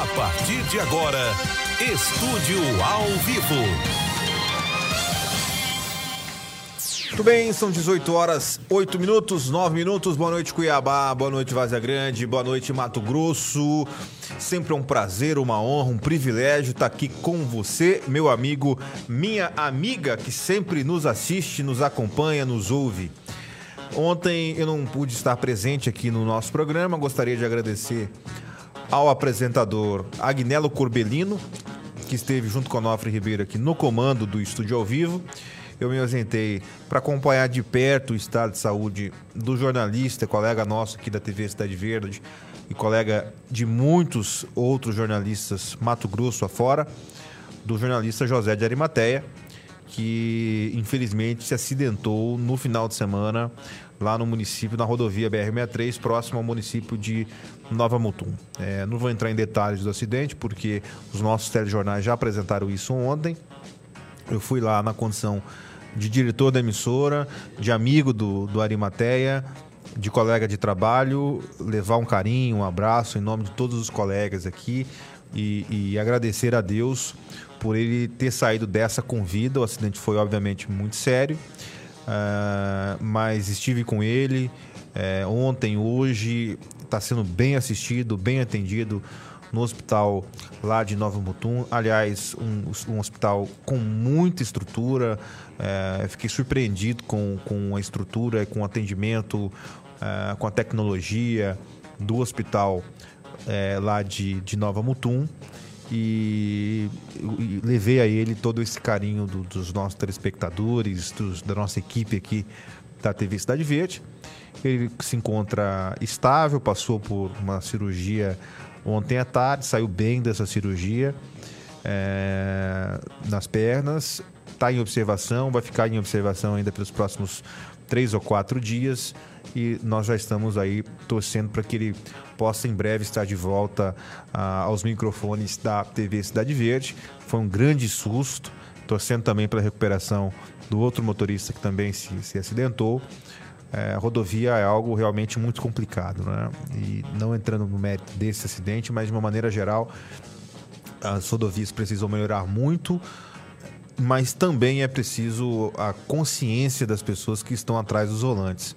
A partir de agora, Estúdio ao Vivo. Muito bem, são 18 horas, 8 minutos, 9 minutos. Boa noite, Cuiabá. Boa noite, Várzea Grande. Boa noite, Mato Grosso. Sempre um prazer, uma honra, um privilégio estar aqui com você, meu amigo, minha amiga, que sempre nos assiste, nos acompanha, nos ouve. Ontem eu não pude estar presente aqui no nosso programa. Gostaria de agradecer ao apresentador Agnello Corbellino, que esteve junto com a Onofre Ribeiro aqui no comando do Estúdio ao Vivo. Eu me ausentei para acompanhar de perto o estado de saúde do jornalista, colega nosso aqui da TV Cidade Verde e colega de muitos outros jornalistas Mato Grosso afora, do jornalista José de Arimateia, que infelizmente se acidentou no final de semana lá no município, na rodovia BR-63, próximo ao município de Nova Mutum. Não vou entrar em detalhes do acidente, porque os nossos telejornais já apresentaram isso ontem. Eu fui lá na condição de diretor da emissora, de amigo do Arimateia, de colega de trabalho, levar um carinho, um abraço em nome de todos os colegas aqui e agradecer a Deus por ele ter saído dessa com vida. O acidente foi obviamente muito sério, mas estive com ele ontem, hoje, está sendo bem assistido, bem atendido no hospital lá de Nova Mutum. Aliás, um hospital com muita estrutura. Fiquei surpreendido com a estrutura, com o atendimento, com a tecnologia do hospital lá de Nova Mutum. E levei a ele todo esse carinho dos nossos telespectadores, da nossa equipe aqui da TV Cidade Verde. Ele se encontra estável, passou por uma cirurgia ontem à tarde, saiu bem dessa cirurgia nas pernas, está em observação, vai ficar em observação ainda pelos próximos 3 ou 4 dias e nós já estamos aí torcendo para que ele possa em breve estar de volta aos microfones da TV Cidade Verde. Foi um grande susto, torcendo também pela recuperação do outro motorista que também se acidentou. A rodovia é algo realmente muito complicado, né? E não entrando no mérito desse acidente, mas de uma maneira geral, as rodovias precisam melhorar muito, mas também é preciso a consciência das pessoas que estão atrás dos volantes,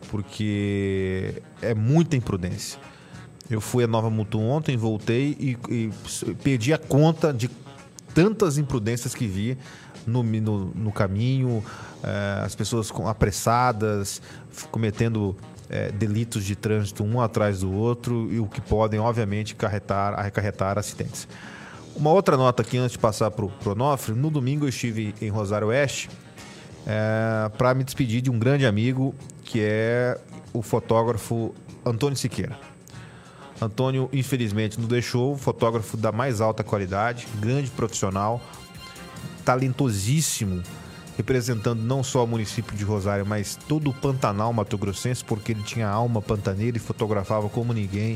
porque é muita imprudência. Eu fui a Nova Mutum ontem, voltei e perdi a conta de tantas imprudências que vi no caminho, as pessoas apressadas, cometendo delitos de trânsito um atrás do outro, e o que podem, obviamente, acarretar acidentes. Uma outra nota aqui, antes de passar para o Onofre: no domingo eu estive em Rosário Oeste para me despedir de um grande amigo, que é o fotógrafo Antônio Siqueira. Antônio, infelizmente, nos deixou, fotógrafo da mais alta qualidade, grande profissional, talentosíssimo, representando não só o município de Rosário, mas todo o Pantanal mato-grossense, porque ele tinha alma pantaneira e fotografava como ninguém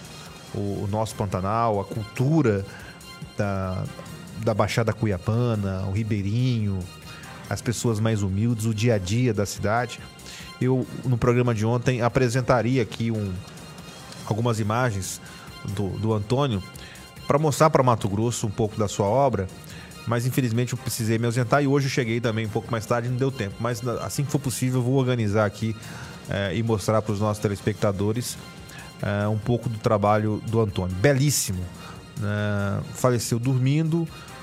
o nosso Pantanal, a cultura da Baixada Cuiabana, o ribeirinho, as pessoas mais humildes, o dia a dia da cidade. Eu, no programa de ontem, apresentaria aqui algumas imagens do Antônio para mostrar para Mato Grosso um pouco da sua obra, mas infelizmente eu precisei me ausentar e hoje eu cheguei também um pouco mais tarde, não deu tempo. Mas assim que for possível eu vou organizar aqui e mostrar para os nossos telespectadores um pouco do trabalho do Antônio. Belíssimo. Faleceu dormindo.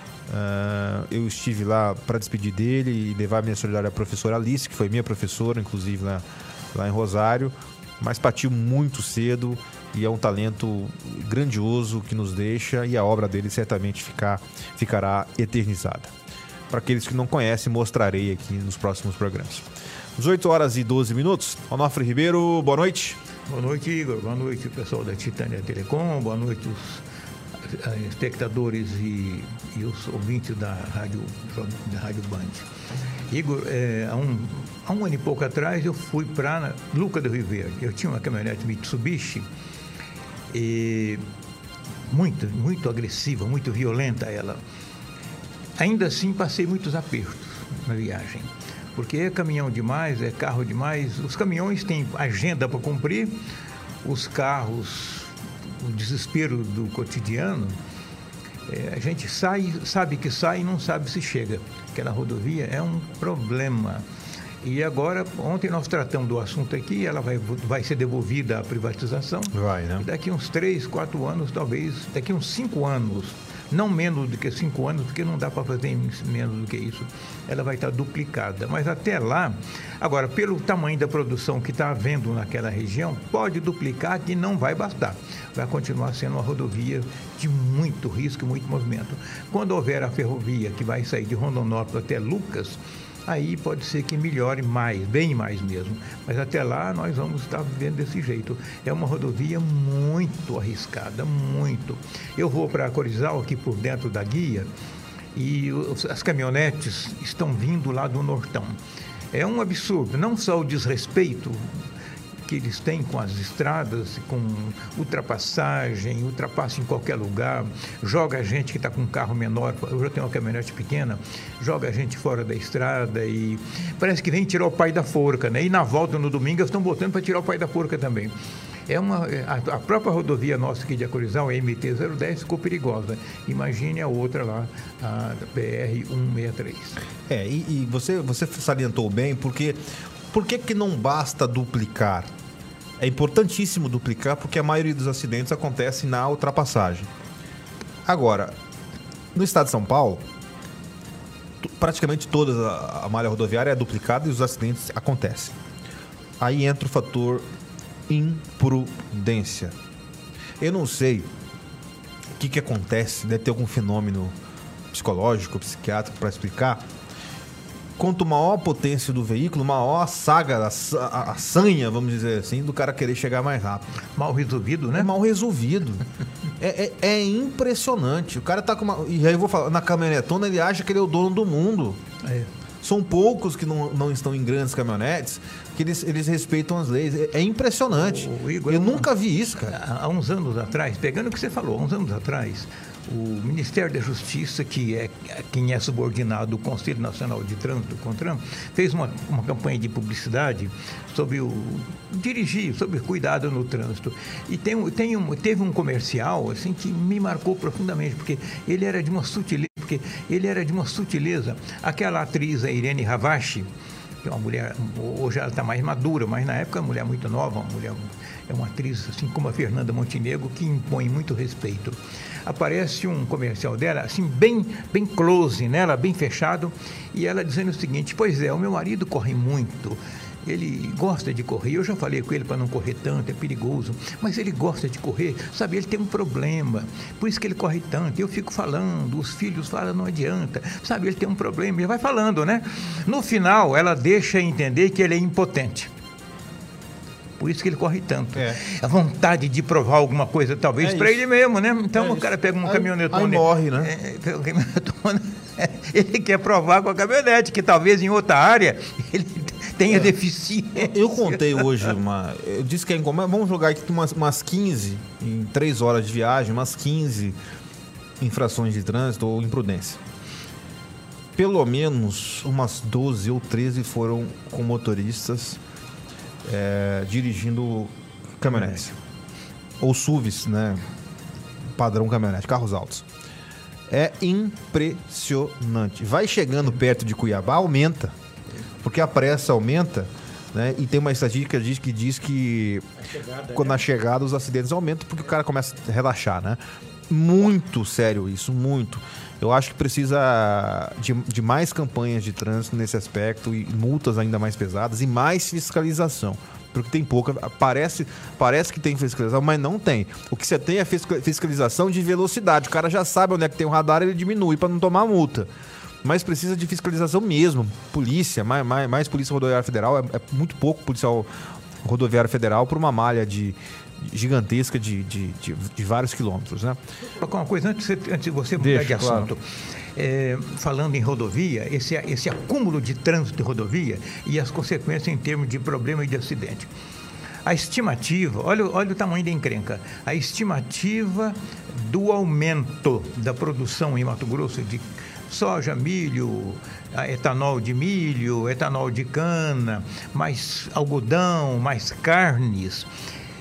Eu estive lá para despedir dele e levar a minha solidariedade à professora Alice, que foi minha professora, inclusive lá em Rosário, mas partiu muito cedo e é um talento grandioso que nos deixa, e a obra dele certamente ficará eternizada. Para aqueles que não conhecem, mostrarei aqui nos próximos programas. 18 horas e 12 minutos. Onofre Ribeiro, boa noite. Boa noite, Igor. Boa noite, pessoal da Titânia Telecom. Boa noite, os espectadores e os ouvintes da Rádio Band. Igor, há um ano e pouco atrás eu fui para Lucas do Rio Verde. Eu tinha uma caminhonete Mitsubishi e muito agressiva, muito violenta ela. Ainda assim, passei muitos apertos na viagem, porque é caminhão demais, é carro demais. Os caminhões têm agenda para cumprir, os carros o desespero do cotidiano, a gente sabe que sai e não sabe se chega. Aquela rodovia é um problema. E agora, ontem nós tratamos do assunto aqui, ela vai ser devolvida à privatização. Vai, né? E daqui uns 3, 4 anos, talvez, daqui uns 5 anos, não menos do que 5 anos, porque não dá para fazer menos do que isso, ela vai estar duplicada. Mas até lá, agora, pelo tamanho da produção que está havendo naquela região, pode duplicar que não vai bastar. Vai continuar sendo uma rodovia de muito risco e muito movimento. Quando houver a ferrovia que vai sair de Rondonópolis até Lucas, aí pode ser que melhore mais, bem mais mesmo. Mas até lá nós vamos estar vivendo desse jeito. É uma rodovia muito arriscada, muito. Eu vou para Corizal, aqui por dentro da guia, e as caminhonetes estão vindo lá do Nortão. É um absurdo, não só o desrespeito que eles têm com as estradas, com ultrapassagem, ultrapassa em qualquer lugar, joga a gente que está com um carro menor, eu já tenho uma caminhonete pequena, joga a gente fora da estrada e parece que vem tirar o pai da forca, né? E na volta no domingo eles estão botando para tirar o pai da forca também. A própria rodovia nossa aqui de Acorizal, a MT-010, ficou perigosa. Imagine a outra lá, a BR-163. E você salientou bem, porque por que não basta duplicar? É importantíssimo duplicar porque a maioria dos acidentes acontece na ultrapassagem. Agora, no estado de São Paulo, praticamente toda a malha rodoviária é duplicada e os acidentes acontecem. Aí entra o fator imprudência. Eu não sei o que acontece, deve ter algum fenômeno psicológico, psiquiátrico para explicar. Quanto maior a potência do veículo, maior a saga, a sanha, vamos dizer assim, do cara querer chegar mais rápido. Mal resolvido, né? É mal resolvido. É impressionante. O cara tá com uma... E aí eu vou falar, na caminhonetona ele acha que ele é o dono do mundo. São poucos que não estão em grandes caminhonetes que eles respeitam as leis. É impressionante. Igor, eu nunca vi isso, cara. Há uns anos atrás, pegando o que você falou, há uns anos atrás, o Ministério da Justiça, que é quem é subordinado ao Conselho Nacional de Trânsito, o CONTRAN, fez uma campanha de publicidade sobre sobre cuidado no trânsito. E teve um comercial assim, que me marcou profundamente, porque ele era de uma sutileza. Aquela atriz, a Irene Ravache, que é uma mulher, hoje ela está mais madura, mas na época é uma mulher muito nova, é uma atriz assim como a Fernanda Montenegro, que impõe muito respeito. Aparece um comercial dela, assim, bem close nela, bem fechado, e ela dizendo o seguinte: pois é, o meu marido corre muito, ele gosta de correr, eu já falei com ele para não correr tanto, é perigoso, mas ele gosta de correr, sabe, ele tem um problema, por isso que ele corre tanto, eu fico falando, os filhos falam, não adianta, sabe, ele tem um problema, ele vai falando, né? No final, ela deixa entender que ele é impotente. Por isso que ele corre tanto. A vontade de provar alguma coisa, talvez, para ele mesmo, né? Então o cara pega um caminhonetone. Aí morre, né? Ele quer provar com a caminhonete, que talvez em outra área ele tenha deficiência. Eu contei hoje eu disse que é incomum. Vamos jogar aqui umas 15, em 3 horas de viagem, umas 15 infrações de trânsito ou imprudência. Pelo menos umas 12 ou 13 foram com motoristas dirigindo caminhonete ou SUVs, né? Padrão caminhonete, carros altos. É impressionante. Vai chegando perto de Cuiabá, aumenta, porque a pressa aumenta, né? E tem uma estatística que diz que na chegada os acidentes aumentam porque o cara começa a relaxar, né? Muito sério isso, muito. Eu acho que precisa de mais campanhas de trânsito nesse aspecto e multas ainda mais pesadas e mais fiscalização. Porque tem pouca... Parece que tem fiscalização, mas não tem. O que você tem é fiscalização de velocidade. O cara já sabe onde é que tem um radar, ele diminui para não tomar multa. Mas precisa de fiscalização mesmo. Polícia, mais Polícia Rodoviária Federal. É muito pouco policial rodoviário federal por uma malha gigantesca de vários quilômetros, né? Vou colocar uma coisa antes de você mudar de assunto. Falando em rodovia, esse acúmulo de trânsito de rodovia e as consequências em termos de problema e de acidente. A estimativa, olha o tamanho da encrenca, a estimativa do aumento da produção em Mato Grosso de soja, milho, etanol de milho, etanol de cana, mais algodão, mais carnes,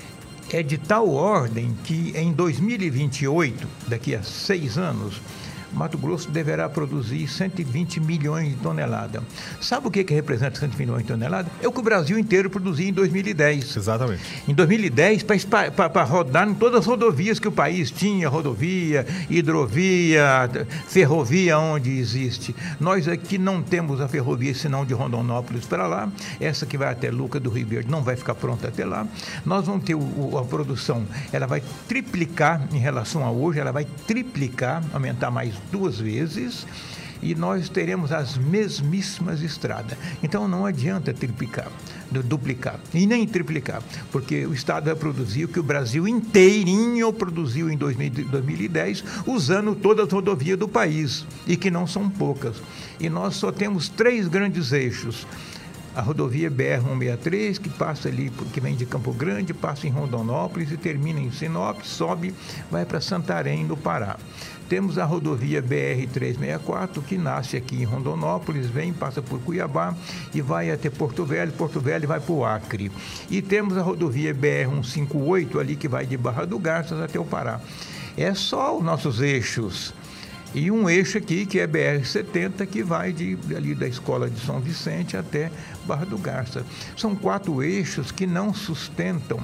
é de tal ordem que em 2028, daqui a 6 anos, Mato Grosso deverá produzir 120 milhões de toneladas. Sabe o que representa 120 milhões de toneladas? É o que o Brasil inteiro produzia em 2010. Exatamente. Em 2010, para rodar em todas as rodovias que o país tinha, rodovia, hidrovia, ferrovia onde existe. Nós aqui não temos a ferrovia senão de Rondonópolis para lá, essa que vai até Lucas do Rio Verde não vai ficar pronta até lá. Nós vamos ter a produção, ela vai triplicar em relação a hoje, ela vai triplicar, aumentar mais 2 vezes, e nós teremos as mesmíssimas estradas. Então não adianta duplicar e nem triplicar, porque o Estado vai produzir o que o Brasil inteirinho produziu em 2010, usando todas as rodovias do país, e que não são poucas. E nós só temos 3 grandes eixos. A rodovia BR-163, que passa ali, que vem de Campo Grande, passa em Rondonópolis e termina em Sinop, sobe, vai para Santarém, no Pará. Temos a rodovia BR-364, que nasce aqui em Rondonópolis, vem, passa por Cuiabá e vai até Porto Velho vai para o Acre. E temos a rodovia BR-158, ali que vai de Barra do Garças até o Pará. É só os nossos eixos. E um eixo aqui, que é BR-70, que vai ali da Escola de São Vicente até Barra do Garça. São 4 eixos que não sustentam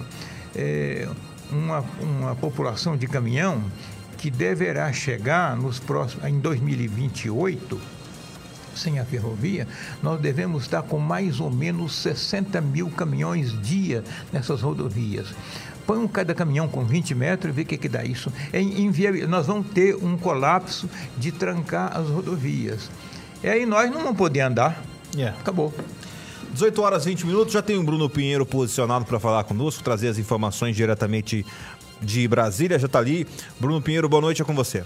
uma população de caminhão que deverá chegar em 2028, sem a ferrovia, nós devemos estar com mais ou menos 60 mil caminhões dia nessas rodovias. Põe cada caminhão com 20 metros e vê o que dá isso. Nós vamos ter um colapso de trancar as rodovias. E aí nós não vamos poder andar. Acabou. 18 horas e 20 minutos, já tem o Bruno Pinheiro posicionado para falar conosco, trazer as informações diretamente de Brasília, já está ali. Bruno Pinheiro, boa noite, é com você.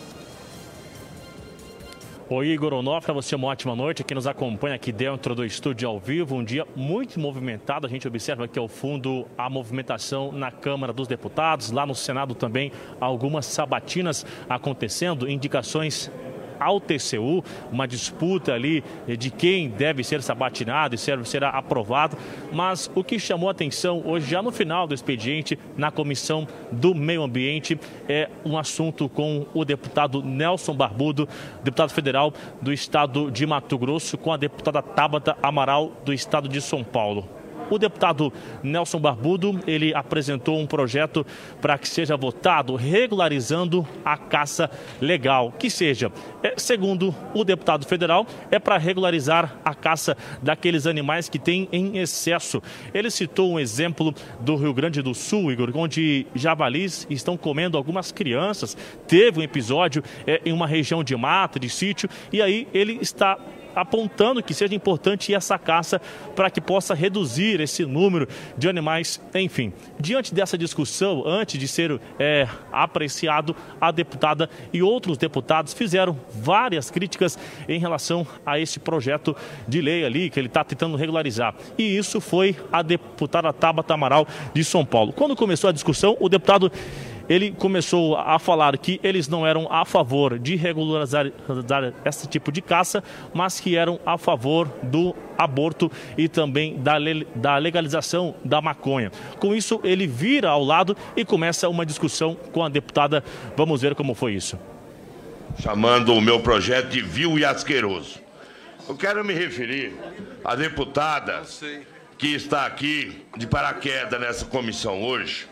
Oi, Igor Onofre, você uma ótima noite. Aqui nos acompanha aqui dentro do estúdio ao vivo, um dia muito movimentado. A gente observa aqui ao fundo a movimentação na Câmara dos Deputados, lá no Senado também algumas sabatinas acontecendo, indicações ao TCU, uma disputa ali de quem deve ser sabatinado e será aprovado, mas o que chamou a atenção hoje, já no final do expediente, na Comissão do Meio Ambiente, é um assunto com o deputado Nelson Barbudo, deputado federal do estado de Mato Grosso, com a deputada Tabata Amaral, do estado de São Paulo. O deputado Nelson Barbudo, ele apresentou um projeto para que seja votado regularizando a caça legal, que seja, segundo o deputado federal, é para regularizar a caça daqueles animais que tem em excesso. Ele citou um exemplo do Rio Grande do Sul, Igor, onde javalis estão comendo algumas crianças. Teve um episódio em uma região de mata, de sítio, e aí ele está apontando que seja importante essa caça para que possa reduzir esse número de animais. Enfim, diante dessa discussão, antes de ser apreciado, a deputada e outros deputados fizeram várias críticas em relação a esse projeto de lei ali, que ele está tentando regularizar. E isso foi a deputada Tabata Amaral, de São Paulo. Quando começou a discussão, o deputado ele começou a falar que eles não eram a favor de regularizar esse tipo de caça, mas que eram a favor do aborto e também da legalização da maconha. Com isso, ele vira ao lado e começa uma discussão com a deputada. Vamos ver como foi isso. Chamando o meu projeto de vil e asqueroso. Eu quero me referir à deputada que está aqui de paraquedas nessa comissão hoje,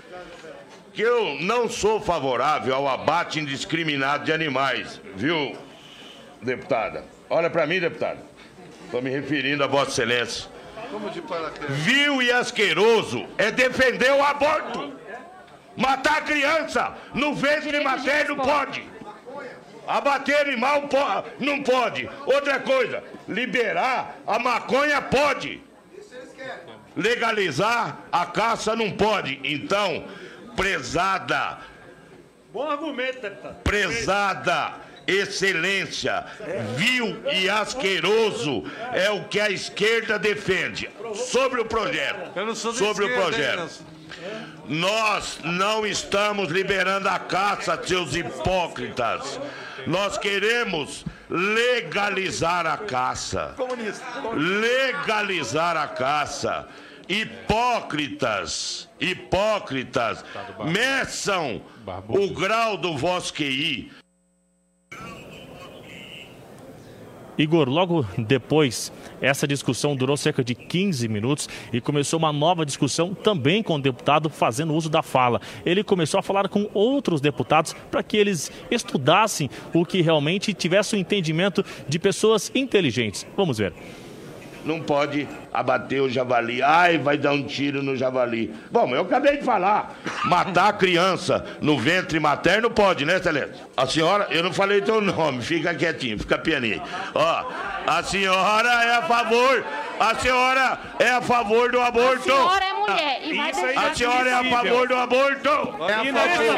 que eu não sou favorável ao abate indiscriminado de animais, viu, deputada? Olha para mim, deputada. Estou me referindo a Vossa Excelência. Vil e asqueroso é defender o aborto. Matar a criança no ventre materno pode. Abater animal não pode. Outra coisa, liberar a maconha pode. Legalizar a caça não pode. Então, prezada, bom argumento, deputado. Prezada excelência, vil e asqueroso é o que a esquerda defende sobre o projeto. Eu não sou de sobre esquerda, o projeto. Nós não estamos liberando a caça, seus hipócritas. Nós queremos legalizar a caça. Legalizar a caça. Hipócritas, meçam o grau do vosso QI. Igor, logo depois, essa discussão durou cerca de 15 minutos e começou uma nova discussão também com o deputado fazendo uso da fala. Ele começou a falar com outros deputados para que eles estudassem o que realmente tivesse um entendimento de pessoas inteligentes. Vamos ver. Não pode abater o javali. Ai, vai dar um tiro no javali. Bom, eu acabei de falar. Matar a criança no ventre materno pode, né, Celeste? A senhora, eu não falei teu nome, fica quietinho, fica pianinho. Ó, a senhora é a favor. A senhora é a favor do aborto. A senhora é mulher e vai deixar... A senhora é a favor do aborto. É a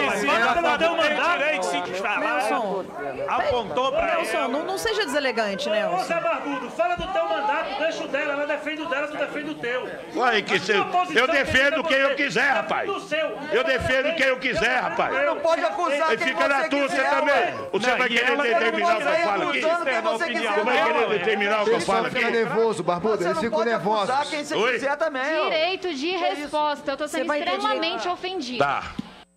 favor. Apontou pra Nelson, não seja deselegante, Nelson. Ô, Zé Barbudo, fala do teu mandato, deixa o dela, ela defende o dela, tu defende o teu. Ué, eu defendo quem eu quiser, rapaz. Eu defendo quem eu quiser, rapaz. Não pode acusar quem fica na tua, você também. Você vai querer determinar o que eu falo aqui? Você vai querer determinar o que eu falo aqui? Fica nervoso, Barbudo, eles ficam nervosos. Quem você quiser também. Direito de resposta. Eu tô sendo extremamente ofendida. Tá.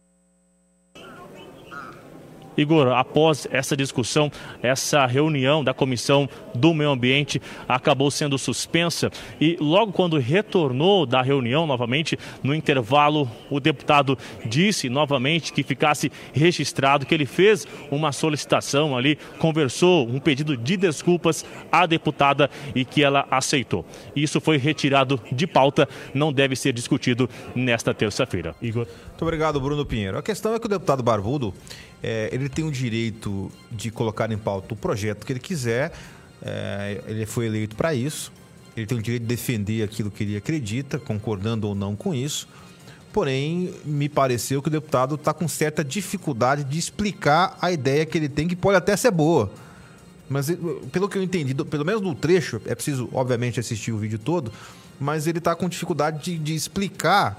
Igor, após essa discussão, essa reunião da Comissão do Meio Ambiente acabou sendo suspensa e logo quando retornou da reunião novamente, no intervalo, o deputado disse novamente que ficasse registrado que ele fez uma solicitação ali, conversou, um pedido de desculpas à deputada e que ela aceitou. Isso foi retirado de pauta, não deve ser discutido nesta terça-feira. Igor. Muito obrigado, Bruno Pinheiro. A questão é que o deputado Barbudo, ele tem o direito de colocar em pauta o projeto que ele quiser, ele foi eleito para isso, ele tem o direito de defender aquilo que ele acredita, concordando ou não com isso, porém, me pareceu que o deputado está com certa dificuldade de explicar a ideia que ele tem, que pode até ser boa, mas pelo que eu entendi, pelo menos no trecho, é preciso, obviamente, assistir o vídeo todo, mas ele está com dificuldade de explicar,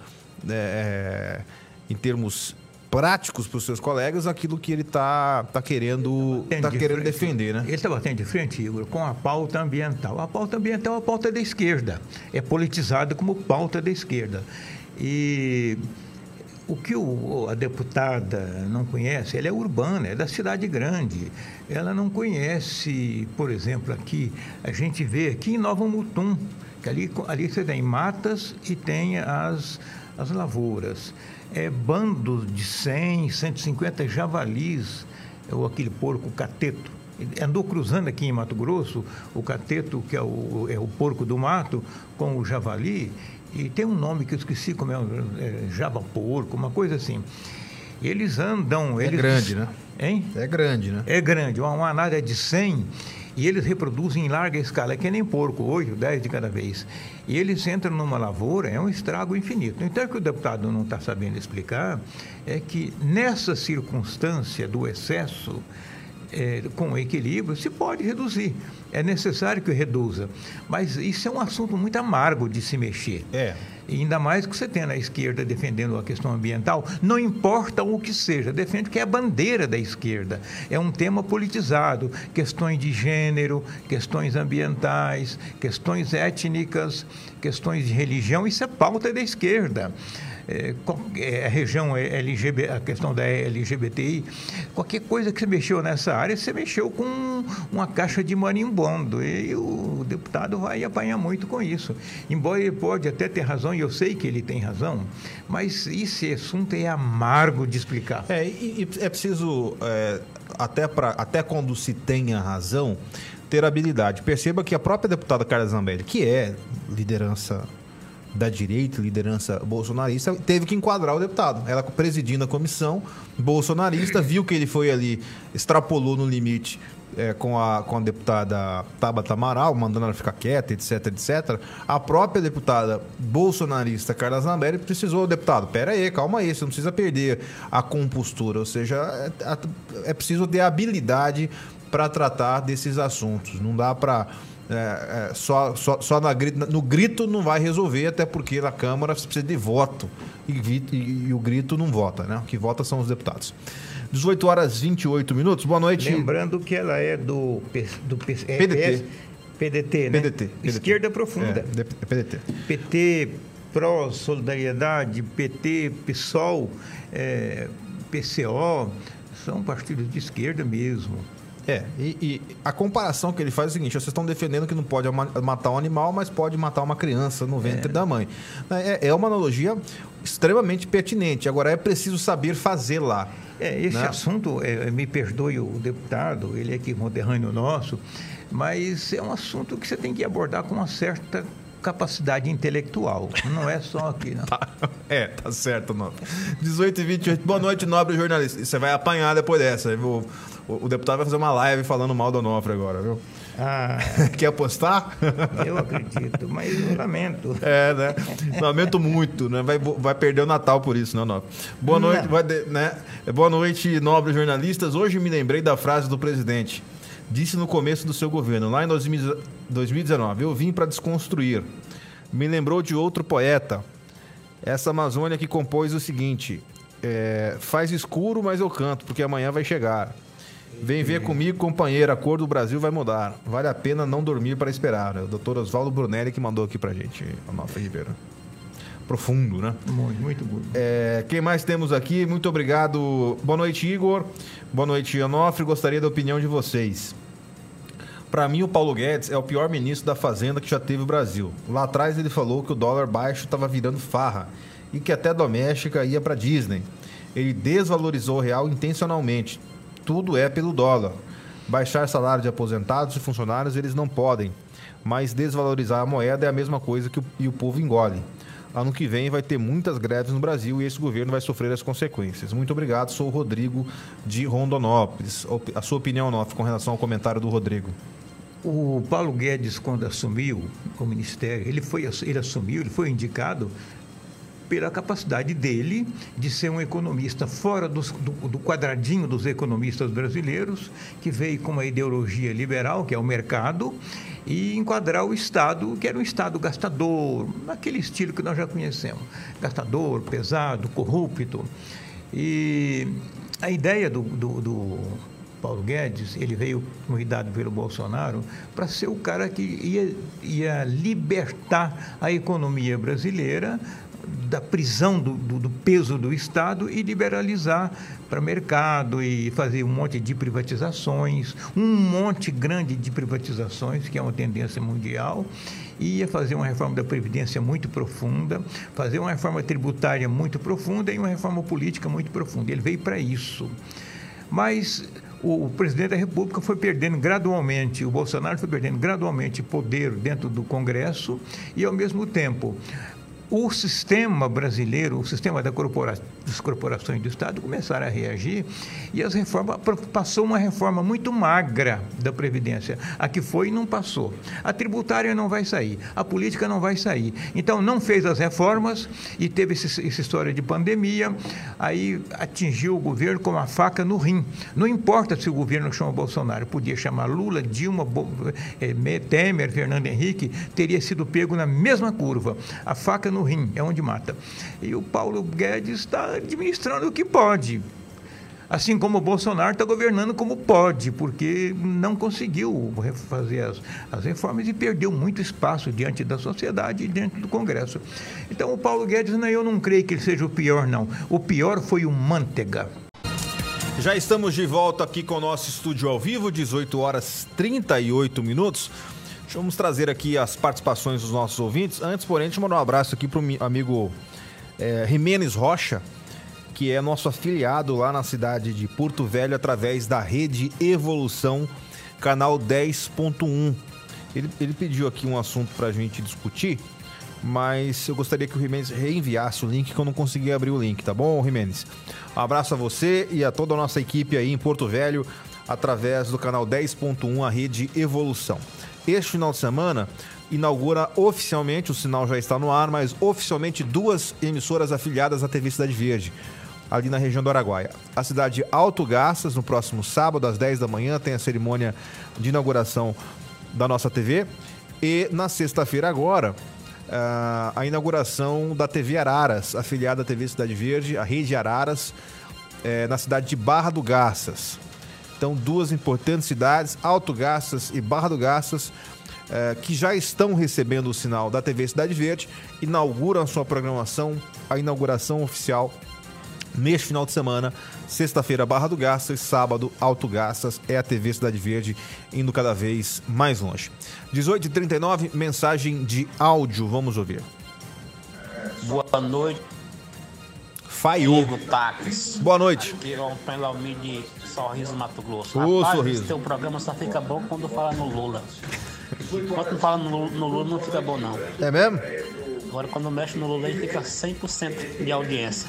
em termos práticos para os seus colegas aquilo que ele está querendo defender, né? Ele está batendo de frente, Igor, com a pauta ambiental. A pauta ambiental é a pauta da esquerda. É politizada como pauta da esquerda. E o que a deputada não conhece, ela é urbana, é da cidade grande. Ela não conhece, por exemplo, aqui, a gente vê aqui em Nova Mutum, que ali você tem matas e tem as lavouras. Bandos de 100, 150 javalis, ou aquele porco cateto. Andou cruzando aqui em Mato Grosso, o cateto, que é o porco do mato, com o javali, e tem um nome que eu esqueci, como java-porco, uma coisa assim. Eles andam... É grande, né? Hein? É grande, né? É grande, uma área de 100... E eles reproduzem em larga escala, é que nem porco, 8, 10 de cada vez. E eles entram numa lavoura, é um estrago infinito. Então, o que o deputado não está sabendo explicar é que nessa circunstância do excesso, com equilíbrio, se pode reduzir. É necessário que reduza. Mas isso é um assunto muito amargo de se mexer. E ainda mais que você tem na esquerda defendendo a questão ambiental, não importa o que seja, defende que é a bandeira da esquerda. É um tema politizado, questões de gênero, questões ambientais, questões étnicas, questões de religião, isso é pauta da esquerda. A região LGBT, a questão da LGBTI, qualquer coisa que você mexeu nessa área, você mexeu com uma caixa de marimbondo, e o deputado vai apanhar muito com isso. Embora ele pode até ter razão, e eu sei que ele tem razão, mas esse assunto é amargo de explicar. E é preciso, até quando se tenha razão, ter habilidade. Perceba que a própria deputada Carla Zambelli, que é liderança da direita, liderança bolsonarista, teve que enquadrar o deputado. Ela presidindo a comissão bolsonarista, viu que ele foi ali, extrapolou no limite com a deputada Tabata Amaral, mandando ela ficar quieta, etc, etc. A própria deputada bolsonarista Carla Zambelli precisou, deputado, pera aí, calma aí, você não precisa perder a compostura, ou seja, é preciso ter habilidade para tratar desses assuntos. Não dá para... só no grito não vai resolver, até porque na Câmara você precisa de voto e o grito não vota, né? O que vota são os deputados. 18 horas 28 minutos, boa noite. Lembrando que ela é do PDT, né? PDT. Esquerda Profunda. PDT. PT PROS, Solidariedade, PT, PSOL, PCO, são partidos de esquerda mesmo. E a comparação que ele faz é o seguinte: vocês estão defendendo que não pode matar um animal, mas pode matar uma criança no ventre da mãe. É uma analogia extremamente pertinente. Agora, é preciso saber fazê-la. Esse assunto, me perdoe o deputado, ele é aqui conterrâneo nosso, mas é um assunto que você tem que abordar com uma certa capacidade intelectual, não é só aqui, não. Tá certo, Nobre. 18h28, boa noite, nobre jornalista. Você vai apanhar depois dessa. O deputado vai fazer uma live falando mal do Onofre agora, viu? Quer apostar? Eu acredito, mas eu lamento. Né? Lamento muito, né? Vai perder o Natal por isso, não, Nobre? Boa noite, Boa noite, nobres jornalistas. Hoje me lembrei da frase do presidente. Disse no começo do seu governo, lá em 2019, eu vim para desconstruir. Me lembrou de outro poeta. Essa Amazônia que compôs o seguinte: faz escuro, mas eu canto, porque amanhã vai chegar. Vem ver comigo, companheiro, a cor do Brasil vai mudar. Vale a pena não dormir para esperar. O doutor Oswaldo Brunelli que mandou aqui pra gente, Onofre Ribeiro. Profundo, né? Muito bom. Quem mais temos aqui? Muito obrigado. Boa noite, Igor. Boa noite, Onofre. Gostaria da opinião de vocês. Para mim, o Paulo Guedes é o pior ministro da Fazenda que já teve o Brasil. Lá atrás ele falou que o dólar baixo estava virando farra e que até doméstica ia para Disney. Ele desvalorizou o real intencionalmente. Tudo é pelo dólar. Baixar salário de aposentados e funcionários eles não podem, mas desvalorizar a moeda é a mesma coisa que o povo engole. Ano que vem vai ter muitas greves no Brasil e esse governo vai sofrer as consequências. Muito obrigado, sou o Rodrigo de Rondonópolis. A sua opinião, Onofre, com relação ao comentário do Rodrigo? O Paulo Guedes, quando assumiu o ministério, ele foi indicado pela capacidade dele de ser um economista fora do quadradinho dos economistas brasileiros, que veio com uma ideologia liberal, que é o mercado, e enquadrar o Estado, que era um Estado gastador, naquele estilo que nós já conhecemos. Gastador, pesado, corrupto. E a ideia do Paulo Guedes, ele veio convidado pelo Bolsonaro para ser o cara que ia libertar a economia brasileira da prisão do peso do Estado e liberalizar para o mercado e fazer um monte de privatizações, um monte grande de privatizações, que é uma tendência mundial, e ia fazer uma reforma da Previdência muito profunda, fazer uma reforma tributária muito profunda e uma reforma política muito profunda. Ele veio para isso. Mas o presidente da República foi perdendo gradualmente, o Bolsonaro foi perdendo gradualmente poder dentro do Congresso e, ao mesmo tempo, o sistema brasileiro, o sistema das corporações do Estado começaram a reagir e as reformas, passou uma reforma muito magra da Previdência. A que foi não passou. A tributária não vai sair, a política não vai sair. Então, não fez as reformas e teve essa história de pandemia, aí atingiu o governo com a faca no rim. Não importa se o governo chama Bolsonaro, podia chamar Lula, Dilma, Temer, Fernando Henrique, teria sido pego na mesma curva. A faca no rim, é onde mata. E o Paulo Guedes está administrando o que pode. Assim como o Bolsonaro está governando como pode, porque não conseguiu fazer as reformas e perdeu muito espaço diante da sociedade e dentro do Congresso. Então, o Paulo Guedes, eu não creio que ele seja o pior, não. O pior foi o Manteiga. Já estamos de volta aqui com o nosso estúdio ao vivo, 18h38. Vamos trazer aqui as participações dos nossos ouvintes. Antes, porém, deixa eu mandar um abraço aqui para o amigo Jimenez Rocha, que é nosso afiliado lá na cidade de Porto Velho, através da Rede Evolução, canal 10.1. Ele pediu aqui um assunto para a gente discutir, mas eu gostaria que o Jimenez reenviasse o link, que eu não consegui abrir o link, tá bom, Jimenez? Um abraço a você e a toda a nossa equipe aí em Porto Velho, através do canal 10.1, a Rede Evolução. Este final de semana inaugura oficialmente, o sinal já está no ar, mas oficialmente 2 emissoras afiliadas à TV Cidade Verde, ali na região do Araguaia. A cidade de Alto Garças, no próximo sábado, às 10 da manhã, tem a cerimônia de inauguração da nossa TV. E na sexta-feira agora, a inauguração da TV Araras, afiliada à TV Cidade Verde, a Rede Araras, na cidade de Barra do Garças. Então, 2 importantes cidades, Alto Garças e Barra do Garças, que já estão recebendo o sinal da TV Cidade Verde, inauguram a sua programação, a inauguração oficial neste final de semana, sexta-feira Barra do Garças, sábado Alto Garças, é a TV Cidade Verde indo cada vez mais longe. 18h39, mensagem de áudio, vamos ouvir. Boa noite. Faiô. Boa noite. Aqui é o Pelami de Sorriso, Mato Grosso. Ô, Sorriso. Seu programa só fica bom quando fala no Lula. Quando fala no Lula não fica bom, não. É mesmo? Agora, quando mexe no Lula, ele fica 100% de audiência.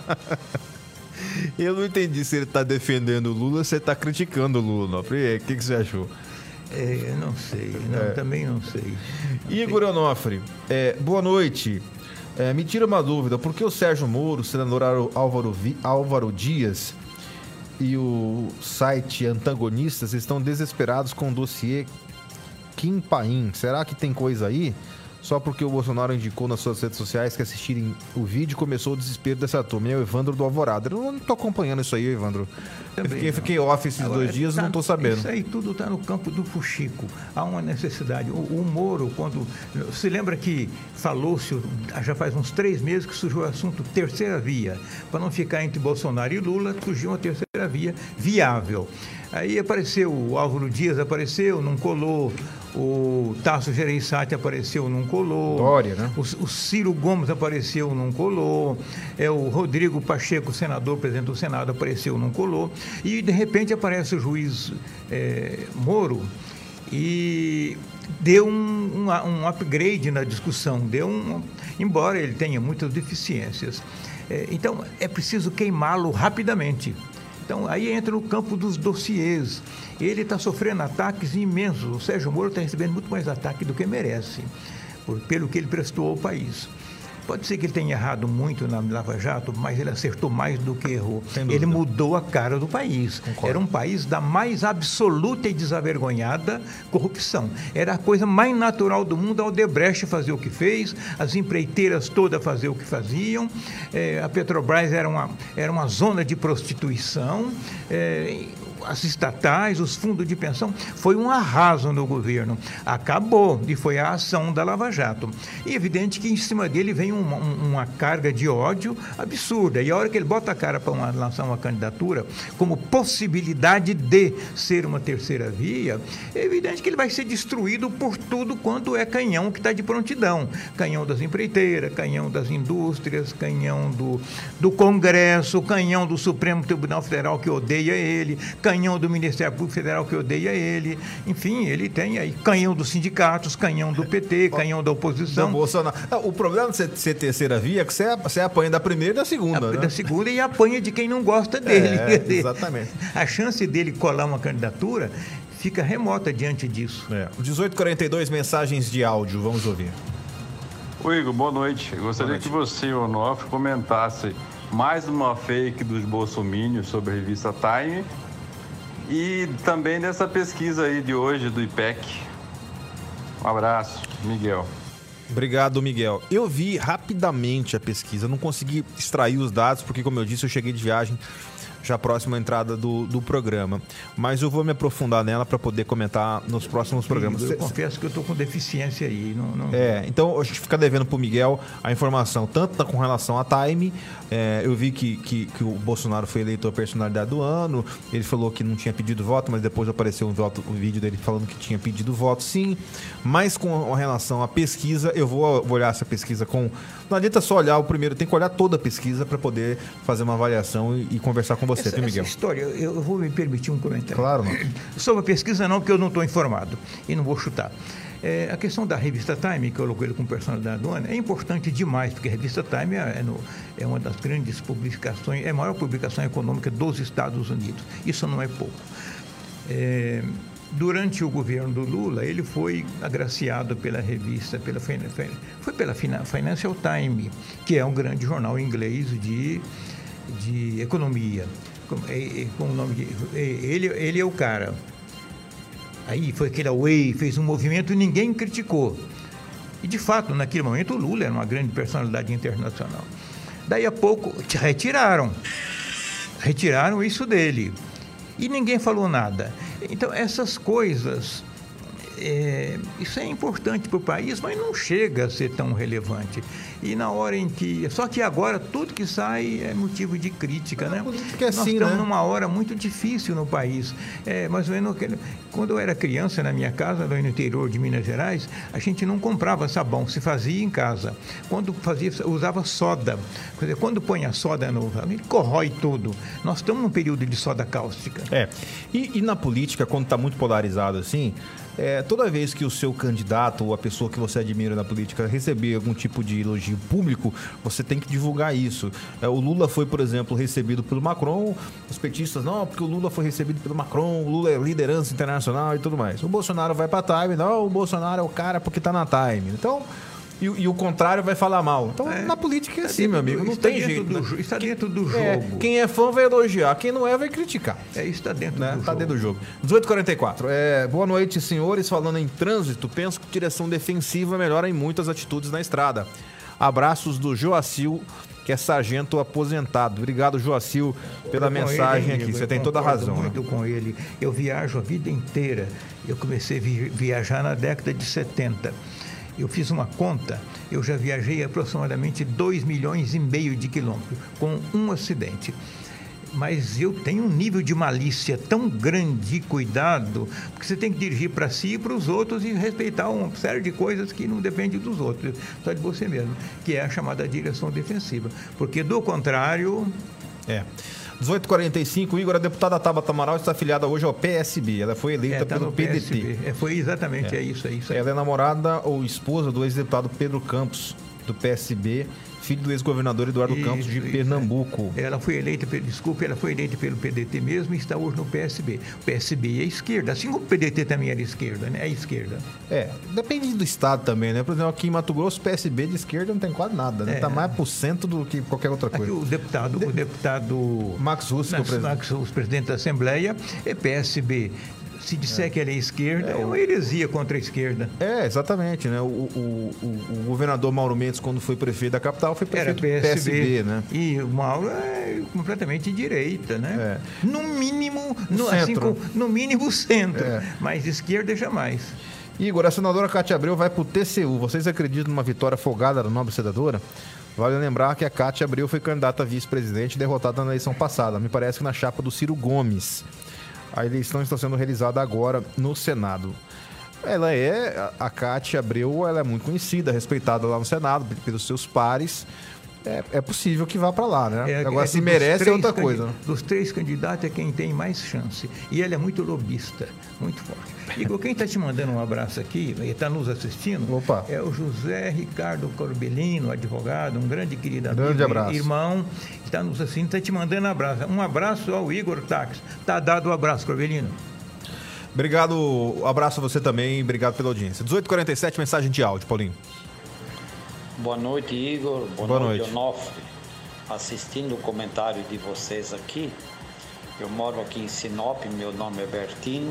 Eu não entendi se ele tá defendendo o Lula ou se ele tá criticando o Lula, Onofre. O que você achou? Não sei, também não sei. Igor Onofre, boa noite. Me tira uma dúvida, por que o Sérgio Moro, o senador Álvaro Dias e o site Antagonistas estão desesperados com o dossiê Kim Paim? Será que tem coisa aí? Só porque o Bolsonaro indicou nas suas redes sociais que assistirem o vídeo, começou o desespero dessa turma. É o Evandro do Alvorada. Eu não tô acompanhando isso aí, Evandro. Eu fiquei off esses 2 dias e não tô sabendo. Isso aí tudo tá no campo do fuxico. Há uma necessidade. O Moro, quando... Se lembra que falou-se, já faz uns 3 meses que surgiu o assunto terceira via. Para não ficar entre Bolsonaro e Lula, surgiu uma terceira via viável. Aí apareceu o Álvaro Dias, não colou. O Tasso Gereissati apareceu, não colou. Dória, né? O Ciro Gomes apareceu, não colou. O Rodrigo Pacheco, senador, presidente do Senado, apareceu, não colou. E, de repente, aparece o juiz Moro e deu um upgrade na discussão. Embora ele tenha muitas deficiências. Então, é preciso queimá-lo rapidamente. Então, aí entra no campo dos dossiês. Ele está sofrendo ataques imensos. O Sérgio Moro está recebendo muito mais ataque do que merece, pelo que ele prestou ao país. Pode ser que ele tenha errado muito na Lava Jato, mas ele acertou mais do que errou. Ele mudou a cara do país. Concordo. Era um país da mais absoluta e desavergonhada corrupção. Era a coisa mais natural do mundo, a Odebrecht fazer o que fez, as empreiteiras todas fazer o que faziam, a Petrobras era uma zona de prostituição, as estatais, os fundos de pensão, foi um arraso no governo. Acabou, e foi a ação da Lava Jato. E é evidente que em cima dele vem uma carga de ódio absurda. E a hora que ele bota a cara para lançar uma candidatura como possibilidade de ser uma terceira via, é evidente que ele vai ser destruído por tudo quanto é canhão que está de prontidão. Canhão das empreiteiras, canhão das indústrias, canhão do Congresso, canhão do Supremo Tribunal Federal que odeia ele, canhão do Ministério Público Federal que odeia ele. Enfim, ele tem aí canhão dos sindicatos, canhão do PT, canhão da oposição. Do Bolsonaro. O problema de ser terceira via é que você apanha da primeira e da segunda, né? Da segunda e apanha de quem não gosta dele. Exatamente. A chance dele colar uma candidatura fica remota diante disso. 18h42, mensagens de áudio. Vamos ouvir. Oi, Igor, boa noite. Eu gostaria que você, Onofre, comentasse mais uma fake dos bolsominions sobre a revista Time e também dessa pesquisa aí de hoje do IPEC. Um abraço, Miguel. Obrigado, Miguel. Eu vi rapidamente a pesquisa, não consegui extrair os dados, porque, como eu disse, eu cheguei de viagem já próximo à entrada do programa. Mas eu vou me aprofundar nela para poder comentar nos próximos programas. Eu confesso que eu estou com deficiência aí. Então a gente fica devendo para o Miguel a informação, tanto com relação à Time. Eu vi que o Bolsonaro foi eleito a personalidade do ano. Ele falou que não tinha pedido voto, mas depois apareceu um vídeo dele falando que tinha pedido voto, sim. Mas com relação à pesquisa, eu vou olhar essa pesquisa com... Não adianta só olhar o primeiro, tem que olhar toda a pesquisa para poder fazer uma avaliação e conversar com você, Miguel? Essa história, eu vou me permitir um comentário. Claro, não. Sobre a pesquisa não, porque eu não estou informado e não vou chutar. A questão da revista Time, que eu coloquei ele como personalidade do ano, é importante demais, porque a revista Time é uma das grandes publicações, é a maior publicação econômica dos Estados Unidos. Isso não é pouco. Durante o governo do Lula, ele foi agraciado pela revista, pela Financial Times, que é um grande jornal inglês de economia. Com o nome ele é o cara. Aí foi aquele away, fez um movimento e ninguém criticou. E, de fato, naquele momento, o Lula era uma grande personalidade internacional. Daí a pouco, retiraram isso dele. E ninguém falou nada. Então, essas coisas Isso é importante para o país, mas não chega a ser tão relevante. E na hora em que... Só que agora tudo que sai é motivo de crítica, né? Porque Nós estamos numa hora muito difícil no país. Mais ou menos, quando eu era criança, na minha casa, lá no interior de Minas Gerais, a gente não comprava sabão, se fazia em casa. Quando fazia, usava soda. Quer dizer, quando põe a soda no... ele corrói tudo. Nós estamos num período de soda cáustica. E na política, quando está muito polarizado assim... toda vez que o seu candidato ou a pessoa que você admira na política receber algum tipo de elogio público, você tem que divulgar isso. O Lula foi, por exemplo, recebido pelo Macron, os petistas, não, porque o Lula foi recebido pelo Macron, o Lula é liderança internacional e tudo mais. O Bolsonaro vai pra Time, não, o Bolsonaro é o cara porque tá na Time. Então... E o contrário vai falar mal. Então, na política é assim, meu amigo. Não tem jeito. Está dentro do jogo. Quem é fã vai elogiar. Quem não é, vai criticar. Isso está dentro do jogo. Está dentro do jogo. 18h44. Boa noite, senhores. Falando em trânsito, penso que direção defensiva melhora em muitas atitudes na estrada. Abraços do Joacil, que é sargento aposentado. Obrigado, Joacil, pela mensagem aqui. Você tem toda a razão. Muito com ele. Eu viajo a vida inteira. Eu comecei a viajar na década de 70. Eu fiz uma conta, eu já viajei aproximadamente 2,5 milhões de quilômetros, com um acidente. Mas eu tenho um nível de malícia tão grande, cuidado, porque você tem que dirigir para si e para os outros e respeitar uma série de coisas que não dependem dos outros, só de você mesmo, que é a chamada direção defensiva. Porque, do contrário... 18h45, Igor, a deputada Tabata Amaral está afiliada hoje ao PSB. Ela foi eleita pelo PDT. Foi exatamente isso aí. Ela é namorada ou esposa do ex-deputado Pedro Campos, do PSB, filho do ex-governador Eduardo Campos de Pernambuco. Ela foi eleita pelo PDT mesmo e está hoje no PSB. O PSB é esquerda, assim como o PDT também era esquerda, né? É esquerda. Depende do estado também, né? Por exemplo, aqui em Mato Grosso, o PSB de esquerda não tem quase nada, né? Tá mais pro centro do que qualquer outra coisa. Aqui, o deputado Max Russo, presidente da Assembleia, é PSB. Se disser que ele é esquerda, é uma heresia contra a esquerda. Exatamente, né? O governador Mauro Mendes, quando foi prefeito da capital, foi prefeito do PSB, né? E o Mauro é completamente direita, né? No mínimo, no mínimo centro, mas esquerda jamais. Igor, a senadora Cátia Abreu vai pro TCU. Vocês acreditam numa vitória folgada da nobre senadora? Vale lembrar que a Cátia Abreu foi candidata a vice-presidente derrotada na eleição passada. Me parece que na chapa do Ciro Gomes. A eleição está sendo realizada agora no Senado. A Cátia Abreu, ela é muito conhecida, respeitada lá no Senado pelos seus pares. É possível que vá para lá, né? Agora, se merece é outra coisa. Dos 3 candidatos é quem tem mais chance. E ele é muito lobista, muito forte. Igor, quem está te mandando um abraço aqui, e está nos assistindo, é o José Ricardo Corbelino, advogado, um grande querido amigo, irmão, que está nos assistindo, está te mandando um abraço. Um abraço ao Igor Táxi. Está dado o abraço, Corbelino. Obrigado, abraço a você também, obrigado pela audiência. 18h47, mensagem de áudio, Paulinho. Boa noite, Igor. Boa noite, Onofre. Assistindo o comentário de vocês aqui, eu moro aqui em Sinop, meu nome é Bertino,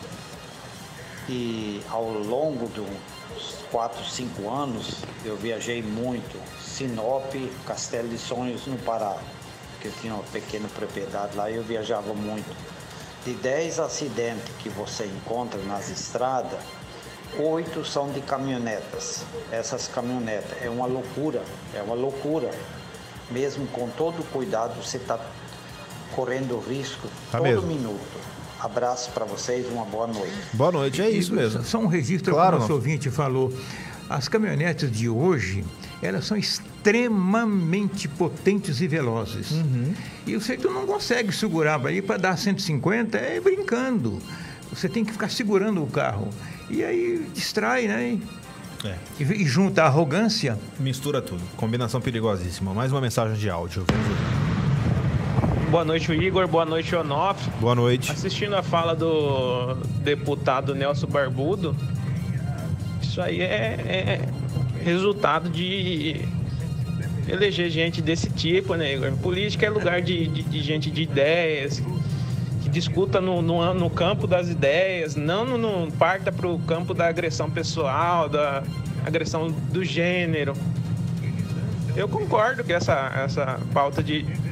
e ao longo dos 4, 5 anos, eu viajei muito. Sinop, Castelo de Sonhos, no Pará, porque eu tinha uma pequena propriedade lá e eu viajava muito. De 10 acidentes que você encontra nas estradas, 8 são de caminhonetas. Essas caminhonetas é uma loucura. Mesmo com todo o cuidado, você está correndo risco todo minuto. Abraço para vocês, uma boa noite. Boa noite, é isso mesmo. Só um registro que o nosso ouvinte falou. As caminhonetas de hoje, elas são extremamente potentes e velozes. E você não consegue segurar para dar 150, brincando. Você tem que ficar segurando o carro. E aí distrai, né? E junta a arrogância. Mistura tudo. Combinação perigosíssima. Mais uma mensagem de áudio. Vamos ver. Boa noite, Igor. Boa noite, Onofre. Boa noite. Assistindo a fala do deputado Nelson Barbudo, isso aí é resultado de eleger gente desse tipo, né, Igor? Política é lugar de gente de ideias, que discuta no campo das ideias, não parta para o campo da agressão pessoal, da agressão do gênero. Eu concordo que essa pauta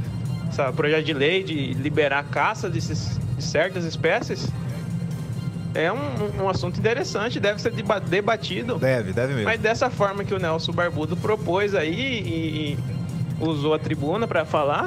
essa projeto de lei de liberar a caça de certas espécies é um assunto interessante, deve ser debatido. Deve mesmo. Mas dessa forma que o Nelson Barbudo propôs aí e usou a tribuna para falar,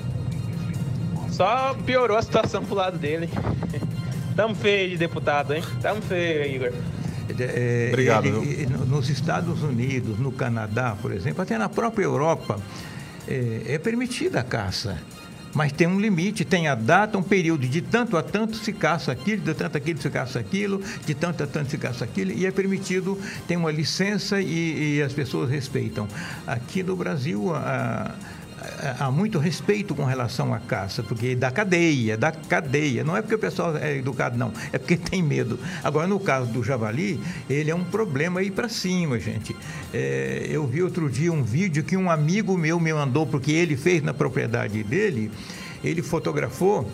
só piorou a situação pro lado dele. Tamo feio de deputado, hein? Tamo feio, Igor. Obrigado. Nos Estados Unidos, no Canadá, por exemplo, até na própria Europa, é permitida a caça. Mas tem um limite, tem a data, um período de tanto a tanto se caça aquilo, de tanto a aquilo se caça aquilo, de tanto a tanto se caça aquilo, e é permitido, tem uma licença e as pessoas respeitam. Aqui no Brasil, há muito respeito com relação à caça, porque é da cadeia, não é porque o pessoal é educado, não, é porque tem medo. Agora, no caso do javali, ele é um problema aí para cima, gente. Eu vi outro dia um vídeo que um amigo meu me mandou, porque ele fez na propriedade dele. Ele fotografou,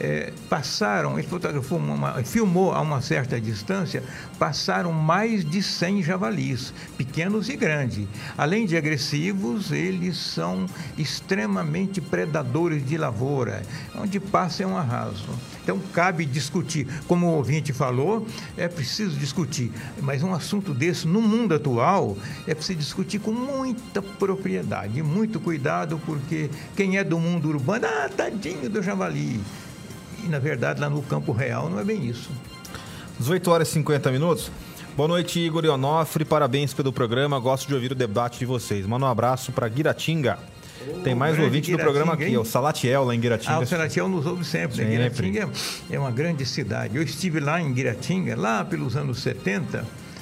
filmou a uma certa distância, passaram mais de 100 javalis, pequenos e grandes. Além de agressivos, eles são extremamente predadores de lavoura, onde passa é um arraso. Então, cabe discutir. Como o ouvinte falou, é preciso discutir. Mas um assunto desse, no mundo atual, é preciso discutir com muita propriedade, muito cuidado, porque quem é do mundo urbano, tadinho do javali. E, na verdade, lá no campo real, não é bem isso. 18 horas e 50 minutos. Boa noite, Igor e Onofre. Parabéns pelo programa. Gosto de ouvir o debate de vocês. Manda um abraço para Guiratinga. Tem mais um ouvinte do programa aqui, é o Salatiel, lá em Guiratinga. O Salatiel nos ouve sempre. Né? Guiratinga é uma grande cidade. Eu estive lá em Guiratinga, lá pelos anos 70.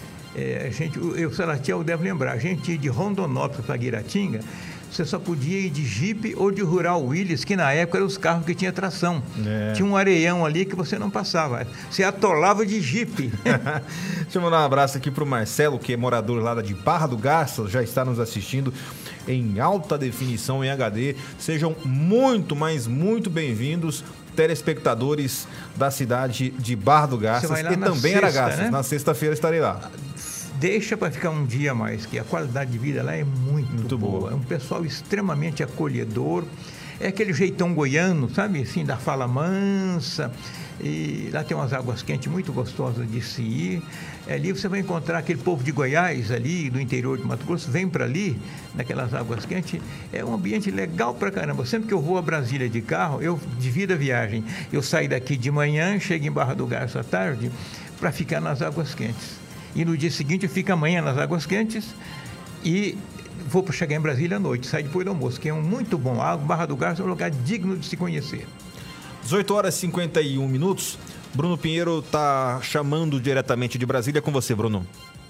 O Salatiel deve lembrar, a gente ia de Rondonópolis para Guiratinga, você só podia ir de Jeep ou de Rural Willys, que na época eram os carros que tinham tração. Tinha um areião ali que você não passava. Você atolava de Jeep. Deixa eu mandar um abraço aqui para o Marcelo, que é morador lá de Barra do Garças, já está nos assistindo em alta definição em HD. Sejam muito, mas muito bem-vindos, telespectadores da cidade de Barra do Garças e também Aragaças. Né? Na sexta-feira estarei lá. Deixa para ficar um dia mais, que a qualidade de vida lá é muito boa. É um pessoal extremamente acolhedor. É aquele jeitão goiano, sabe? Assim, da fala mansa. E lá tem umas águas quentes muito gostosas de se ir. Ali você vai encontrar aquele povo de Goiás, ali do interior de Mato Grosso, vem para ali, naquelas águas quentes. É um ambiente legal pra caramba. Sempre que eu vou a Brasília de carro, eu divido a viagem. Eu saio daqui de manhã, chego em Barra do Garças à tarde, para ficar nas águas quentes. E no dia seguinte eu fico amanhã nas águas quentes e vou para chegar em Brasília à noite, saio depois do almoço, que é muito bom. A Barra do Garças é um lugar digno de se conhecer. 18 horas e 51 minutos. Bruno Pinheiro está chamando diretamente de Brasília. Com você, Bruno.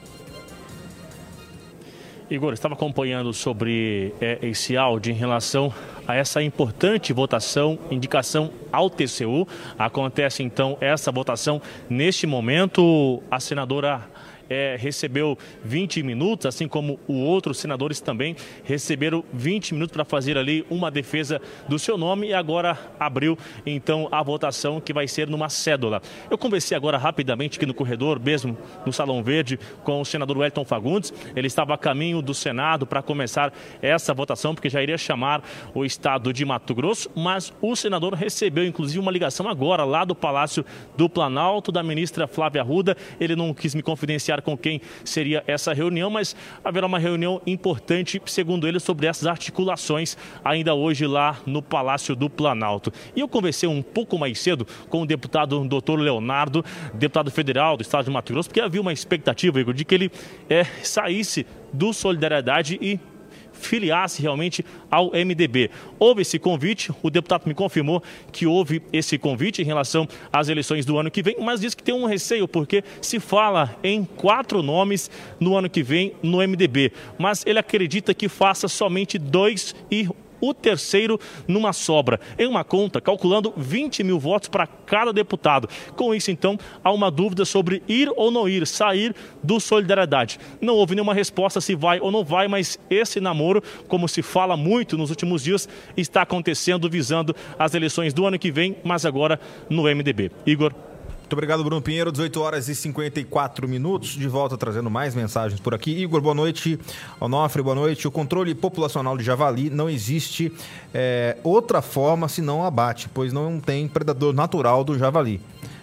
Igor, estava acompanhando sobre esse áudio em relação a essa importante votação, indicação ao TCU. Acontece então essa votação neste momento. A senadora recebeu 20 minutos, assim como os outros senadores também receberam 20 minutos para fazer ali uma defesa do seu nome e agora abriu então a votação que vai ser numa cédula. Eu conversei agora rapidamente aqui no corredor, mesmo no Salão Verde, com o senador Wellington Fagundes. Ele estava a caminho do Senado para começar essa votação, porque já iria chamar o estado de Mato Grosso, mas o senador recebeu inclusive uma ligação agora lá do Palácio do Planalto, da ministra Flávia Arruda. Ele não quis me confidenciar com quem seria essa reunião, mas haverá uma reunião importante, segundo ele, sobre essas articulações ainda hoje lá no Palácio do Planalto. E eu conversei um pouco mais cedo com o deputado Dr. Leonardo, deputado federal do estado de Mato Grosso, porque havia uma expectativa, Igor, de que ele saísse do Solidariedade e filiasse realmente ao MDB. Houve esse convite, o deputado me confirmou que houve esse convite em relação às eleições do ano que vem, mas diz que tem um receio porque se fala em 4 nomes no ano que vem no MDB, mas ele acredita que faça somente 2 e o terceiro numa sobra, em uma conta calculando 20 mil votos para cada deputado. Com isso, então, há uma dúvida sobre ir ou não ir, sair do Solidariedade. Não houve nenhuma resposta se vai ou não vai, mas esse namoro, como se fala muito nos últimos dias, está acontecendo visando as eleições do ano que vem, mas agora no MDB. Igor. Muito obrigado, Bruno Pinheiro. 18 horas e 54 minutos. De volta trazendo mais mensagens por aqui. Igor, boa noite. Onofre, boa noite. O controle populacional de javali não existe outra forma senão abate, pois não tem predador natural do javali.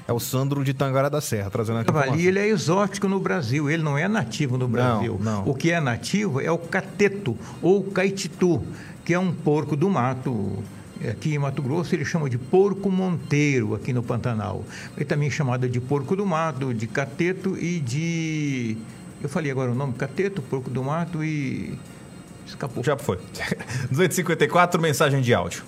É o Sandro de Tangará da Serra, trazendo aqui. O javali, ele é exótico no Brasil, ele não é nativo no Brasil. Não. O que é nativo é o cateto ou caititu, que é um porco do mato. Aqui em Mato Grosso ele chama de porco monteiro, aqui no Pantanal. Ele também é chamado de porco do mato, de cateto e de... Eu falei agora o nome, cateto, porco do mato e... Escapou. Já foi. 254, mensagem de áudio.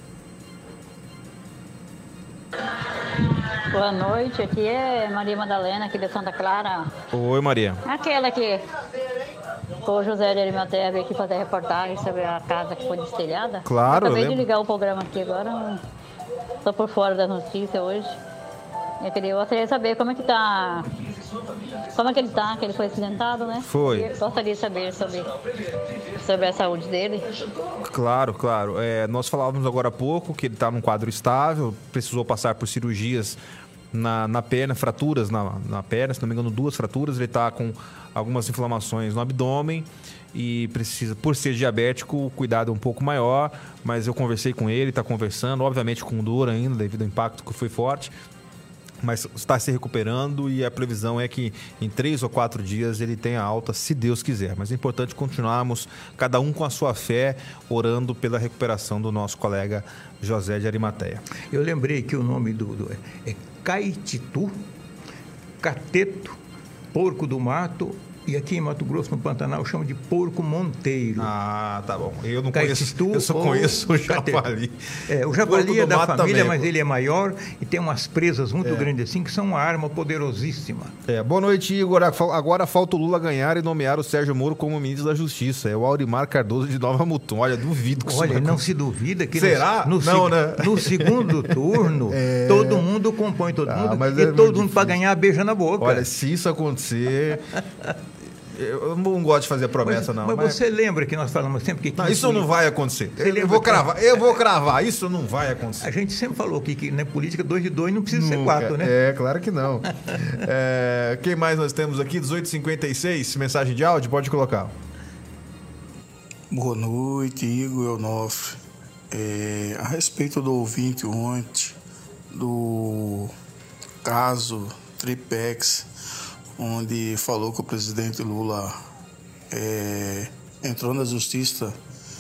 Boa noite, aqui é Maria Madalena, aqui de Santa Clara. Oi, Maria. Aquela que o José de Arimatea veio aqui fazer reportagem sobre a casa que foi destelhada. Claro, eu acabei de ligar o programa aqui agora, estou por fora das notícias hoje. Eu gostaria de saber como é que tá, que ele foi acidentado, né? Foi. Eu gostaria de saber sobre a saúde dele. Claro. Nós falávamos agora há pouco que ele está num quadro estável, precisou passar por cirurgias na perna, fraturas na perna, se não me engano 2 fraturas, ele está com algumas inflamações no abdômen e precisa, por ser diabético, o cuidado é um pouco maior, mas eu conversei com ele, está conversando, obviamente com dor ainda, devido ao impacto que foi forte, mas está se recuperando e a previsão é que em 3 ou 4 dias ele tenha alta, se Deus quiser. Mas é importante continuarmos, cada um com a sua fé, orando pela recuperação do nosso colega José de Arimatea. Eu lembrei que o nome é caititu, cateto, porco do mato, e aqui em Mato Grosso, no Pantanal, chama de porco monteiro. Ah, tá bom. Eu não caititu, conheço, eu só conheço o javali. O javali é da família, também, mas ele é maior e tem umas presas muito grandes assim, que são uma arma poderosíssima. Boa noite, Igor. Agora falta o Lula ganhar e nomear o Sérgio Moro como ministro da Justiça. É o Aurimar Cardoso de Nova Mutum. Olha, duvido que isso Olha, não se duvida que será? No segundo turno, todo mundo compõe todo mundo e todo mundo para ganhar beija na boca. Olha, se isso acontecer... Eu não gosto de fazer promessa, mas você lembra que nós falamos sempre que... Não, isso não vai acontecer. Eu vou cravar. Isso não vai acontecer. A gente sempre falou que na política 2 de 2 não precisa ser 4, né? Claro que não. Quem mais nós temos aqui? 1856, mensagem de áudio, pode colocar. Boa noite, Igor Onofre. A respeito do ouvinte ontem, do caso Tripex, onde falou que o presidente Lula entrou na justiça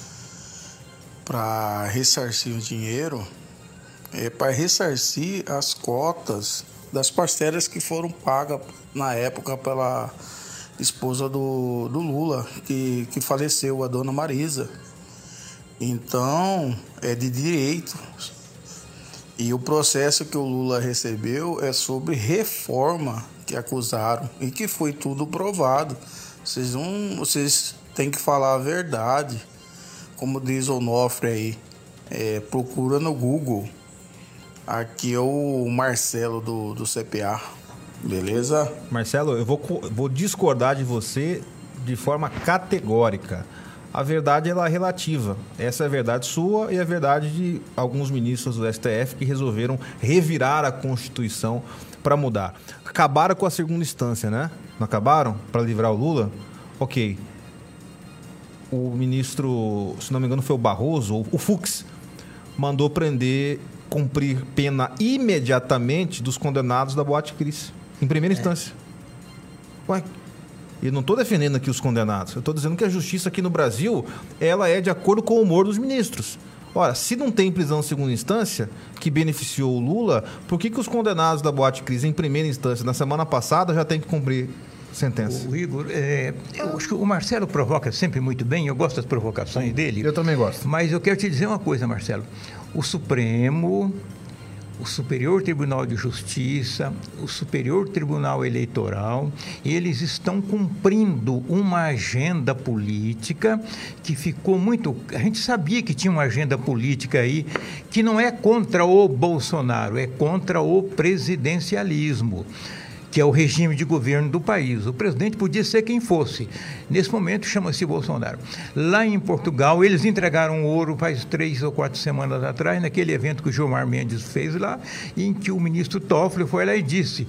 para ressarcir o dinheiro, para ressarcir as cotas das parcelas que foram pagas na época pela esposa do Lula, que faleceu, a dona Marisa. Então, é de direito. E o processo que o Lula recebeu é sobre reforma que acusaram e que foi tudo provado. Vocês têm que falar a verdade. Como diz o Onofre aí, procura no Google. Aqui é o Marcelo do CPA. Beleza? Marcelo, eu vou discordar de você de forma categórica. A verdade ela é relativa. Essa é a verdade sua e a verdade de alguns ministros do STF que resolveram revirar a Constituição para mudar. Acabaram com a segunda instância, né? Não acabaram? Para livrar o Lula? Ok. O ministro, se não me engano, foi o Barroso, o Fux, mandou prender, cumprir pena imediatamente dos condenados da Boate Kiss, em primeira instância. Ué, eu não estou defendendo aqui os condenados. Eu estou dizendo que a justiça aqui no Brasil, ela é de acordo com o humor dos ministros. Ora, se não tem prisão em segunda instância, que beneficiou o Lula, por que os condenados da Boate Kiss em primeira instância, na semana passada, já tem que cumprir sentença? O Igor, eu acho que o Marcelo provoca sempre muito bem, eu gosto das provocações dele. Eu também gosto. Mas eu quero te dizer uma coisa, Marcelo. O Supremo, o Superior Tribunal de Justiça, o Superior Tribunal Eleitoral, eles estão cumprindo uma agenda política que ficou muito... A gente sabia que tinha uma agenda política aí que não é contra o Bolsonaro, é contra o presidencialismo. que é o regime de governo do país. O presidente podia ser quem fosse. Nesse momento chama-se Bolsonaro. Lá em Portugal, eles entregaram ouro faz 3 ou 4 semanas atrás, naquele evento que o Gilmar Mendes fez lá, em que o ministro Toffoli foi lá e disse: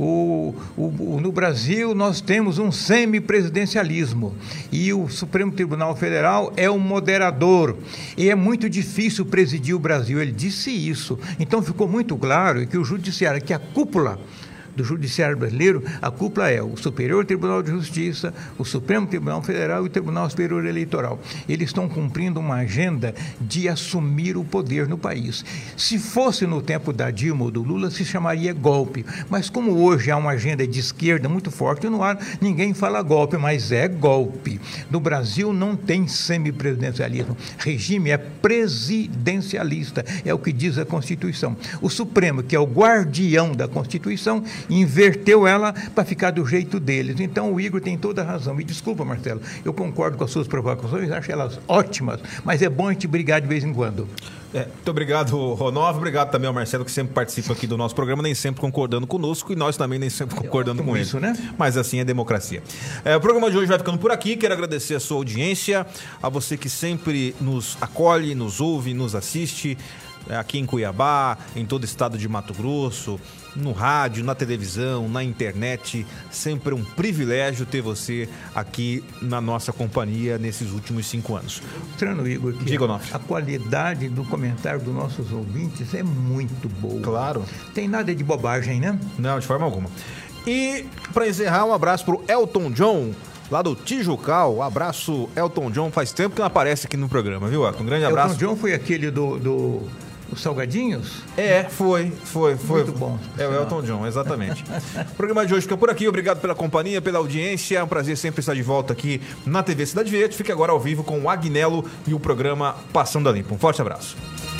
no Brasil nós temos um semipresidencialismo e o Supremo Tribunal Federal é um moderador e é muito difícil presidir o Brasil. Ele disse isso. Então ficou muito claro que o judiciário, que a cúpula do Judiciário brasileiro, a cúpula é o Superior Tribunal de Justiça, o Supremo Tribunal Federal e o Tribunal Superior Eleitoral. Eles estão cumprindo uma agenda de assumir o poder no país. Se fosse no tempo da Dilma ou do Lula, se chamaria golpe. Mas como hoje há uma agenda de esquerda muito forte no ar, ninguém fala golpe, mas é golpe. No Brasil não tem semipresidencialismo. Regime é presidencialista, é o que diz a Constituição. O Supremo, que é o guardião da Constituição, inverteu ela para ficar do jeito deles. Então o Igor tem toda a razão. Me desculpa, Marcelo, eu concordo com as suas provocações, acho elas ótimas, mas é bom a gente brigar de vez em quando. Muito obrigado, Ronaldo. Obrigado também ao Marcelo, que sempre participa aqui do nosso programa, nem sempre concordando conosco, e nós também nem sempre concordando com ele. Né? Mas assim é democracia. O programa de hoje vai ficando por aqui. Quero agradecer a sua audiência, a você que sempre nos acolhe, nos ouve, nos assiste, aqui em Cuiabá, em todo o estado de Mato Grosso, no rádio, na televisão, na internet. Sempre um privilégio ter você aqui na nossa companhia nesses últimos 5 anos. Mostrando, Igor, que Diga, a qualidade do comentário dos nossos ouvintes é muito boa. Claro. Tem nada de bobagem, né? Não, de forma alguma. E, para encerrar, um abraço pro Elton John, lá do Tijucal. Um abraço, Elton John. Faz tempo que não aparece aqui no programa, viu, Elton? Um grande abraço. Elton John foi aquele os salgadinhos? Foi. Muito bom. É o Elton John, exatamente. O programa de hoje fica por aqui. Obrigado pela companhia, pela audiência. É um prazer sempre estar de volta aqui na TV Cidade Verde. Fique agora ao vivo com o Agnello e o programa Passando a Limpo. Um forte abraço.